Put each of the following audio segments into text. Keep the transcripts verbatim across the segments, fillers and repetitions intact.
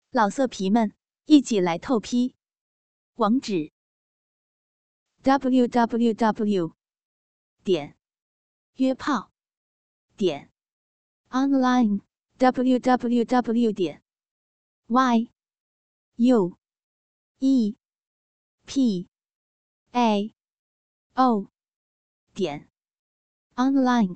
老色皮们，一起来透批！网址 ：double u double u double u 点约炮点 online double u double u double u 点 y u e p a o 点 online。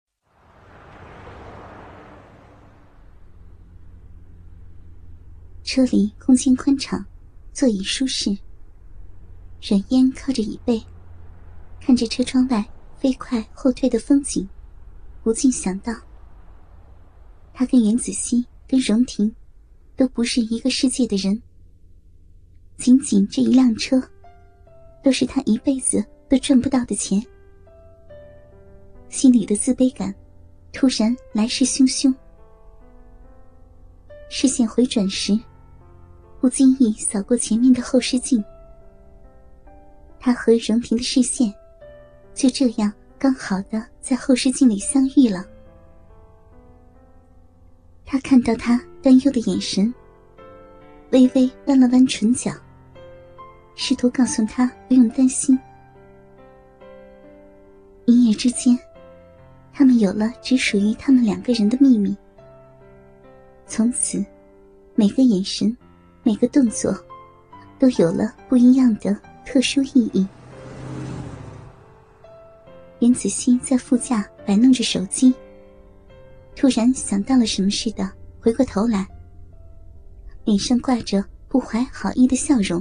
车里空间宽敞，座椅舒适。阮嫣靠着椅背，看着车窗外飞快后退的风景，不禁想到，他跟袁子熙跟荣婷都不是一个世界的人，仅仅这一辆车都是他一辈子都赚不到的钱。心里的自卑感突然来势汹汹，视线回转时不经意扫过前面的后视镜，他和荣婷的视线就这样刚好的在后视镜里相遇了。他看到他担忧的眼神，微微弯了弯唇角，试图告诉他不用担心。一夜之间，他们有了只属于他们两个人的秘密。从此，每个眼神每个动作都有了不一样的特殊意义。袁子熙在副驾摆弄着手机，突然想到了什么似的回过头来，脸上挂着不怀好意的笑容。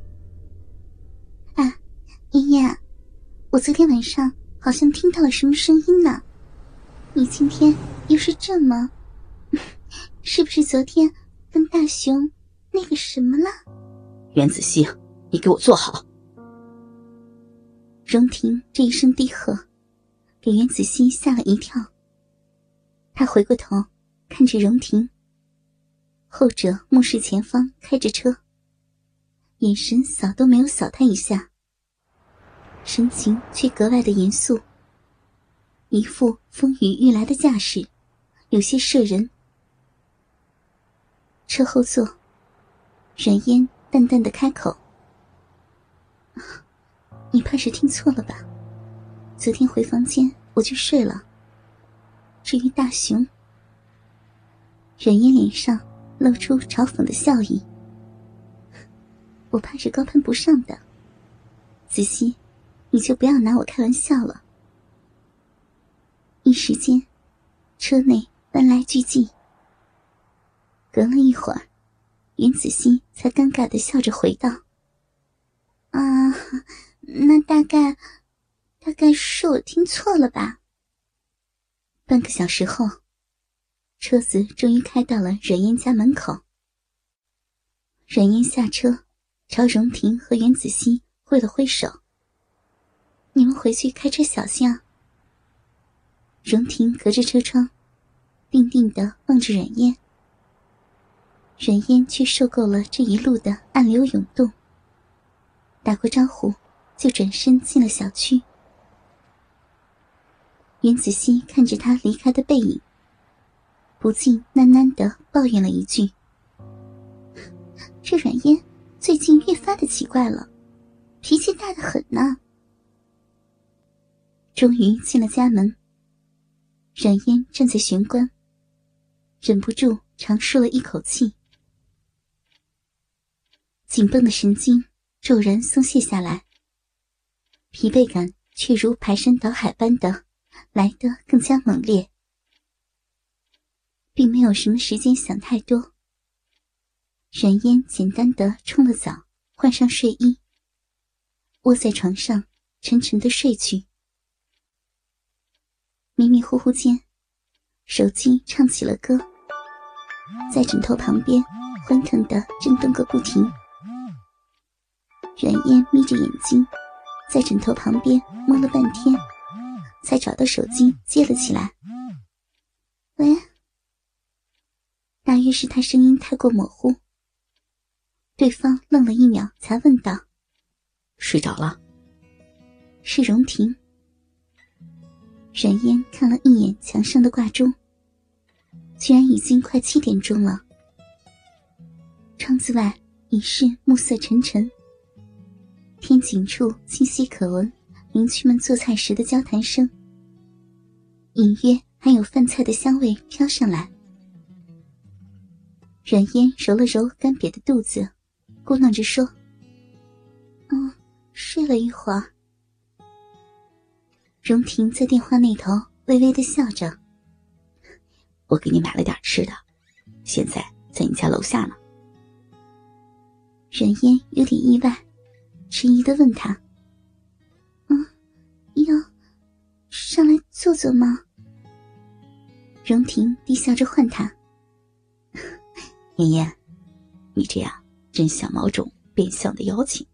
啊，妍妍，我昨天晚上好像听到了什么声音呢，你今天又是这么是不是昨天跟大雄那个什么了？ 袁子熙，你给我坐好。 荣婷这一声低喝给袁子熙吓了一跳，他回过头看着荣婷，后者目视前方开着车，眼神扫都没有扫他一下，神情却格外的严肃，一副风雨欲来的架势，有些摄人。车后座，阮嫣淡淡的开口：你怕是听错了吧，昨天回房间我就睡了。至于大雄，阮嫣脸上露出嘲讽的笑意，我怕是高攀不上的，子熙，你就不要拿我开玩笑了。一时间，车内搬来聚集。隔了一会儿，袁子熙才尴尬地笑着回道：啊，那大概大概是我听错了吧。半个小时后，车子终于开到了阮嫣家门口。阮嫣下车，朝荣婷和袁子熙挥了挥手：你们回去开车小心啊。荣婷隔着车窗定定地望着阮嫣，阮嫣却受够了这一路的暗流涌动，打过招呼就转身进了小区。袁子熙看着他离开的背影，不禁喃喃地抱怨了一句：这阮嫣最近越发的奇怪了，脾气大得很呢。终于进了家门，阮嫣站在玄关，忍不住长舒了一口气，紧绷的神经骤然松懈下来，疲惫感却如排山倒海般的来得更加猛烈。并没有什么时间想太多，阮嫣简单的冲了澡，换上睡衣，窝在床上沉沉的睡去。迷迷糊糊间，手机唱起了歌，在枕头旁边欢腾的震动个不停。阮嫣眯着眼睛，在枕头旁边摸了半天，才找到手机接了起来。喂？大约是他声音太过模糊，对方愣了一秒才问道： 睡着了？ 是荣婷。阮嫣看了一眼墙上的挂钟，居然已经快七点钟了。 窗子外已是暮色沉沉，天井处清晰可闻邻居们做菜时的交谈声，隐约还有饭菜的香味飘上来。阮嫣揉了揉干瘪的肚子，咕哝着说：嗯，睡了一会儿。荣婷在电话那头微微地笑着： 我给你买了点吃的，现在在你家楼下呢。 阮嫣有点意外，迟疑地问他：嗯，要上来坐坐吗？荣婷低笑着唤他： 嫣嫣，你这样真像某种变相的邀请。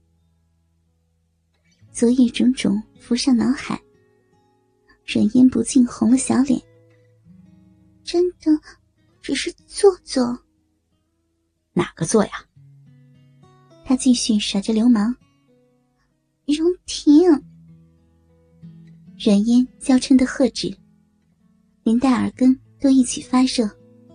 昨夜种种浮上脑海，阮嫣不禁红了小脸。真的只是坐坐？ 哪个坐呀？ 他继续耍着流氓。荣婷！阮嫣娇嗔的喝止，连带耳根都一起发热。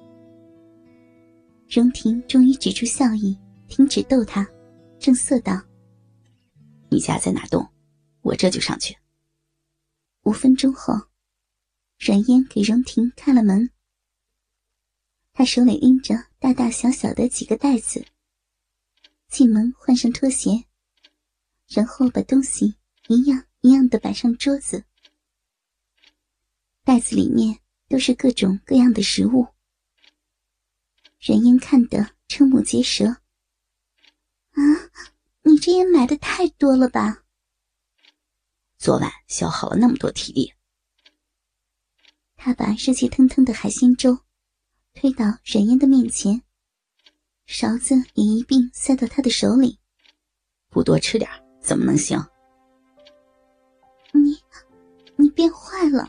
荣婷终于止住笑意，停止逗他，正色道： 你家在哪栋？我这就上去。 五分钟后，阮嫣给荣婷开了门。她手里拎着大大小小的几个袋子，进门换上拖鞋，然后把东西一样一样地摆上桌子。袋子里面都是各种各样的食物。阮嫣看得瞠目结舌。啊，你这也买的太多了吧？ 昨晚消耗了那么多体力。 他把热气腾腾的海鲜粥推到阮嫣的面前，勺子也一并塞到她的手里。 不多吃点怎么能行？ 你你变坏了。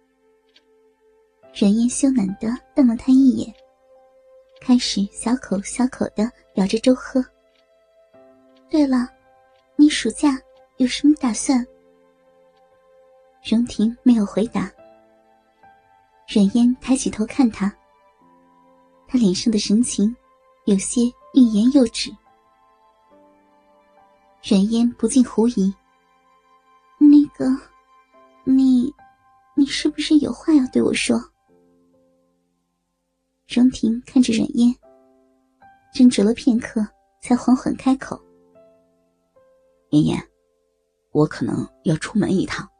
阮嫣羞赧地瞪了他一眼，开始小口小口地舀着粥喝。对了，你暑假有什么打算？荣婷没有回答。阮嫣抬起头看他，他脸上的神情有些欲言又止。阮嫣不禁狐疑：那个，你，你是不是有话要对我说？荣婷看着阮嫣，斟酌了片刻，才缓缓开口： 嫣嫣，我可能要出门一趟。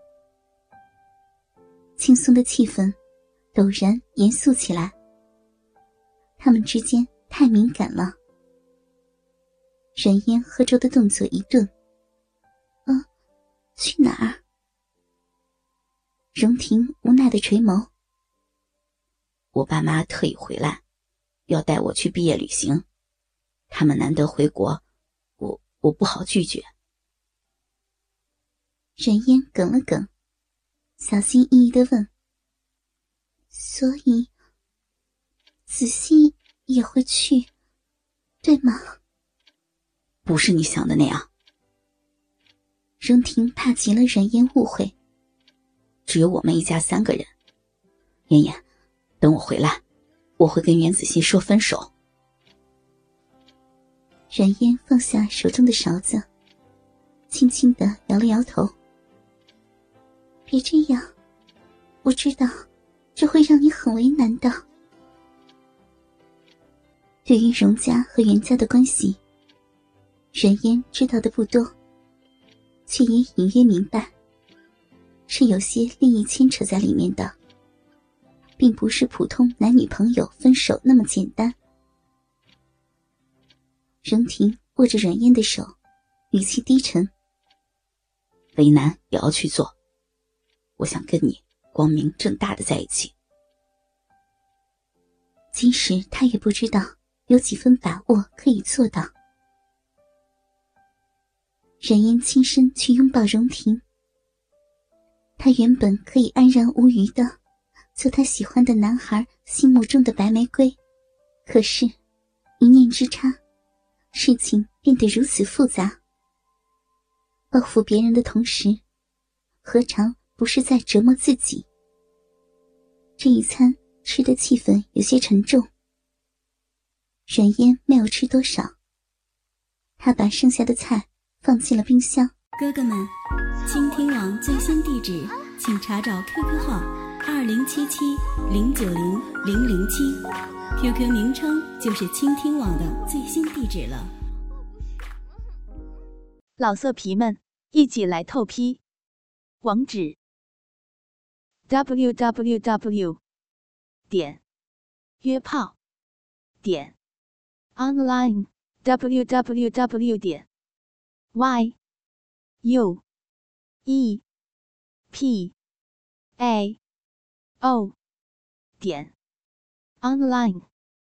轻松的气氛陡然严肃起来，他们之间太敏感了。阮嫣喝粥的动作一顿。嗯，去哪儿？荣婷无奈地垂眸。 我爸妈特意回来，要带我去毕业旅行，他们难得回国，我我不好拒绝。 阮嫣哽了哽，小心翼翼地问：所以子熙也会去，对吗？ 不是你想的那样。 荣婷怕极了阮嫣误会。 只有我们一家三个人。嫣嫣，等我回来，我会跟袁子熙说分手。 阮嫣放下手中的勺子，轻轻地摇了摇头。别这样，我知道这会让你很为难的。对于荣家和袁家的关系，阮嫣知道的不多，却也隐约明白，是有些利益牵扯在里面的，并不是普通男女朋友分手那么简单。荣婷握着阮嫣的手，语气低沉： 为难也要去做，我想跟你光明正大的在一起。 即使他也不知道有几分把握可以做到。阮嫣轻身去拥抱荣婷，她原本可以安然无虞的做她喜欢的男孩心目中的白玫瑰，可是一念之差，事情变得如此复杂。报复别人的同时，何尝不是在折磨自己？这一餐吃的气氛有些沉重。 阮嫣没有吃多少，她把剩下的菜放进了冰箱。 哥哥们，倾听网最新地址，请查找 Q Q 号二零七七零九零零零七 ，Q Q 名称就是倾听网的最新地址了。 老色皮们，一起来透批！网址 ：double u double u double u 点约炮点 online w w w 点 y u e p a o 点 online。